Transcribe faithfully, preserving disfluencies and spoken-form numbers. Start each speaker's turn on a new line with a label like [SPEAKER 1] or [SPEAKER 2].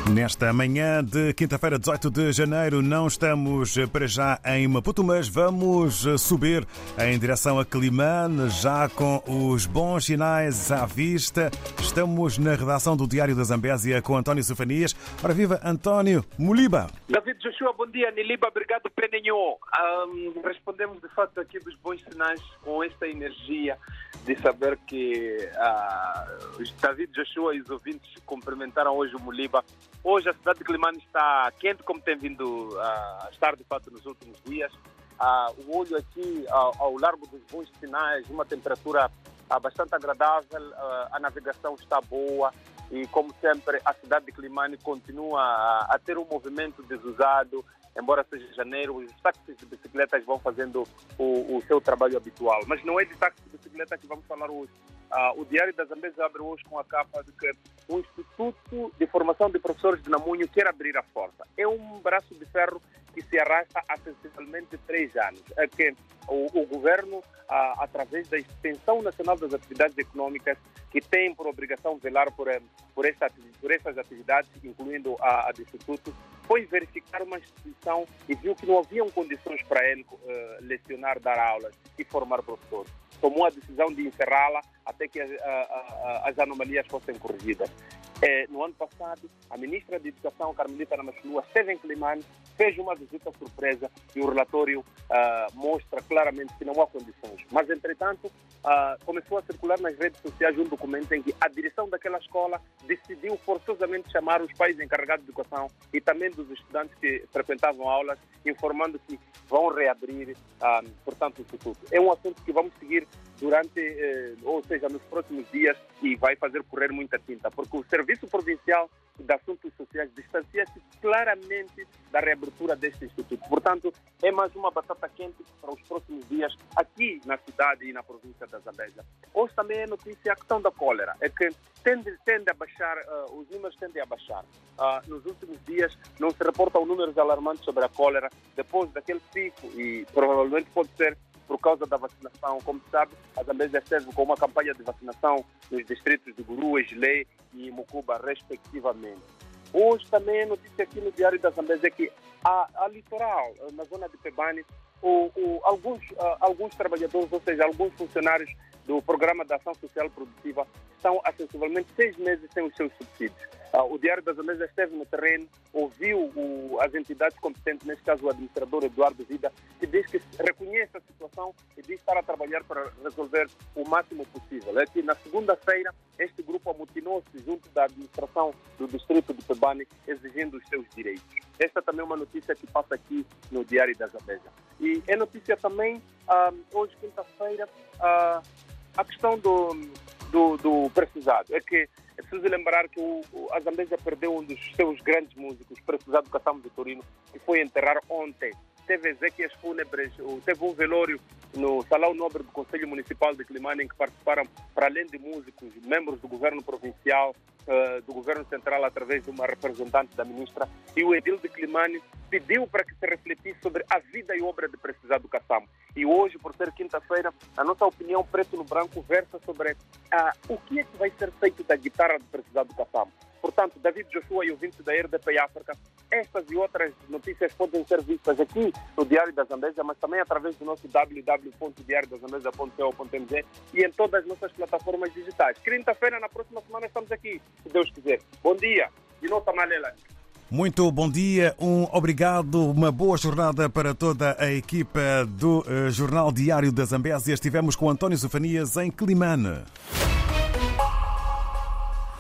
[SPEAKER 1] Nesta manhã de quinta-feira, dezoito de janeiro, não estamos para já em Maputo, mas vamos subir em direção a Quelimane, já com os bons sinais à vista. Estamos na redação do Diário da Zambésia com António Sofanias. Ora viva, António Muliba.
[SPEAKER 2] David Joshua, bom dia. Niliba, obrigado, Peninho. Um, respondemos de fato aqui dos bons sinais com esta energia de saber que uh, os David Joshua e os ouvintes cumprimentaram hoje o Muliba. Hoje a cidade de Quelimane está quente, como tem vindo a estar de fato nos últimos dias. Uh, o olho aqui uh, ao largo dos bons sinais, uma temperatura uh, bastante agradável, uh, a navegação está boa e, como sempre, a cidade de Quelimane continua a, a ter um movimento desusado. Embora seja janeiro, os táxis de bicicletas vão fazendo o, o seu trabalho habitual. Mas não é de táxis de bicicleta que vamos falar hoje. Uh, o Diário da Zambésia abre hoje com a capa de que o Instituto de Formação de Professores de Namunho quer abrir a porta. É um braço de ferro que se arrasta há sensivelmente três anos. É que o, o governo, uh, através da Extensão Nacional das Atividades Econômicas, que tem por obrigação velar por, por, esta, por estas atividades, incluindo a, a do Instituto, foi verificar uma instituição e viu que não haviam condições para ele uh, lecionar, dar aulas e formar professores. Tomou a decisão de encerrá-la até que a, a, a, as anomalias fossem corrigidas. É, no ano passado, a ministra de Educação, Carmelita Namachulua, esteve em Quelimane, fez uma visita surpresa e o relatório uh, mostra claramente que não há condições. Mas, entretanto, uh, começou a circular nas redes sociais um documento em que a direção daquela escola decidiu forçosamente chamar os pais encarregados de educação e também dos estudantes que frequentavam aulas, informando que vão reabrir, uh, portanto, o Instituto. É um assunto que vamos seguir durante, eh, ou seja, nos próximos dias e vai fazer correr muita tinta, porque o Serviço Provincial de Assuntos Sociais distancia-se claramente da reabertura deste Instituto. Portanto, é mais uma batata quente para os próximos dias aqui na cidade e na província da Zambésia. Hoje também é notícia a questão da cólera, é que tende, tende a baixar, uh, os números tendem a baixar. Uh, nos últimos dias não se reportam números alarmantes sobre a cólera depois daquele pico e provavelmente pode ser por causa da vacinação. Como se sabe, a Zambésia esteve com uma campanha de vacinação nos distritos de Guru, Ejilé e Mucuba, respectivamente. Hoje também é notícia aqui no Diário da Zambésia que a, a litoral, na zona de Pebane, o, o, alguns, uh, alguns trabalhadores, ou seja, alguns funcionários do Programa de Ação Social Produtiva estão há sensivelmente seis meses sem os seus subsídios. Uh, o Diário da Zambésia esteve no terreno, ouviu o, as entidades competentes, neste caso o administrador Eduardo Vida, que diz que reconhece a situação e diz estar a trabalhar para resolver o máximo possível. É que na segunda-feira este grupo amotinou-se junto da administração do distrito de Pebane exigindo os seus direitos. Esta também é uma notícia que passa aqui no Diário da Zambésia. E é notícia também, uh, hoje quinta-feira, uh, a questão do, do, do precisado. É que é preciso lembrar que o, a Zambésia perdeu um dos seus grandes músicos, precisado Kassam Vitorino, que foi enterrar ontem. Teve exéquias fúnebres, teve um velório no Salão Nobre do Conselho Municipal de Quelimane, em que participaram, para além de músicos, membros do governo provincial, uh, do governo central, através de uma representante da ministra, e o edil de Quelimane pediu para que se refletisse sobre a vida e obra de Precisado Kassam. E hoje, por ser quinta-feira, a nossa opinião preto no branco versa sobre uh, o que é que vai ser feito da guitarra de Precisado Kassam. Portanto, David Joshua e ouvintes da R D P África, estas e outras notícias podem ser vistas aqui no Diário da Zambésia, mas também através do nosso w w w ponto diário da zambésia ponto co ponto m z e em todas as nossas plataformas digitais. Quinta-feira, na próxima semana, estamos aqui, se Deus quiser. Bom dia. De novo, Malela.
[SPEAKER 1] Muito bom dia, um obrigado, uma boa jornada para toda a equipa do uh, Jornal Diário da Zambésia. Estivemos com António Sofanias em Quelimane.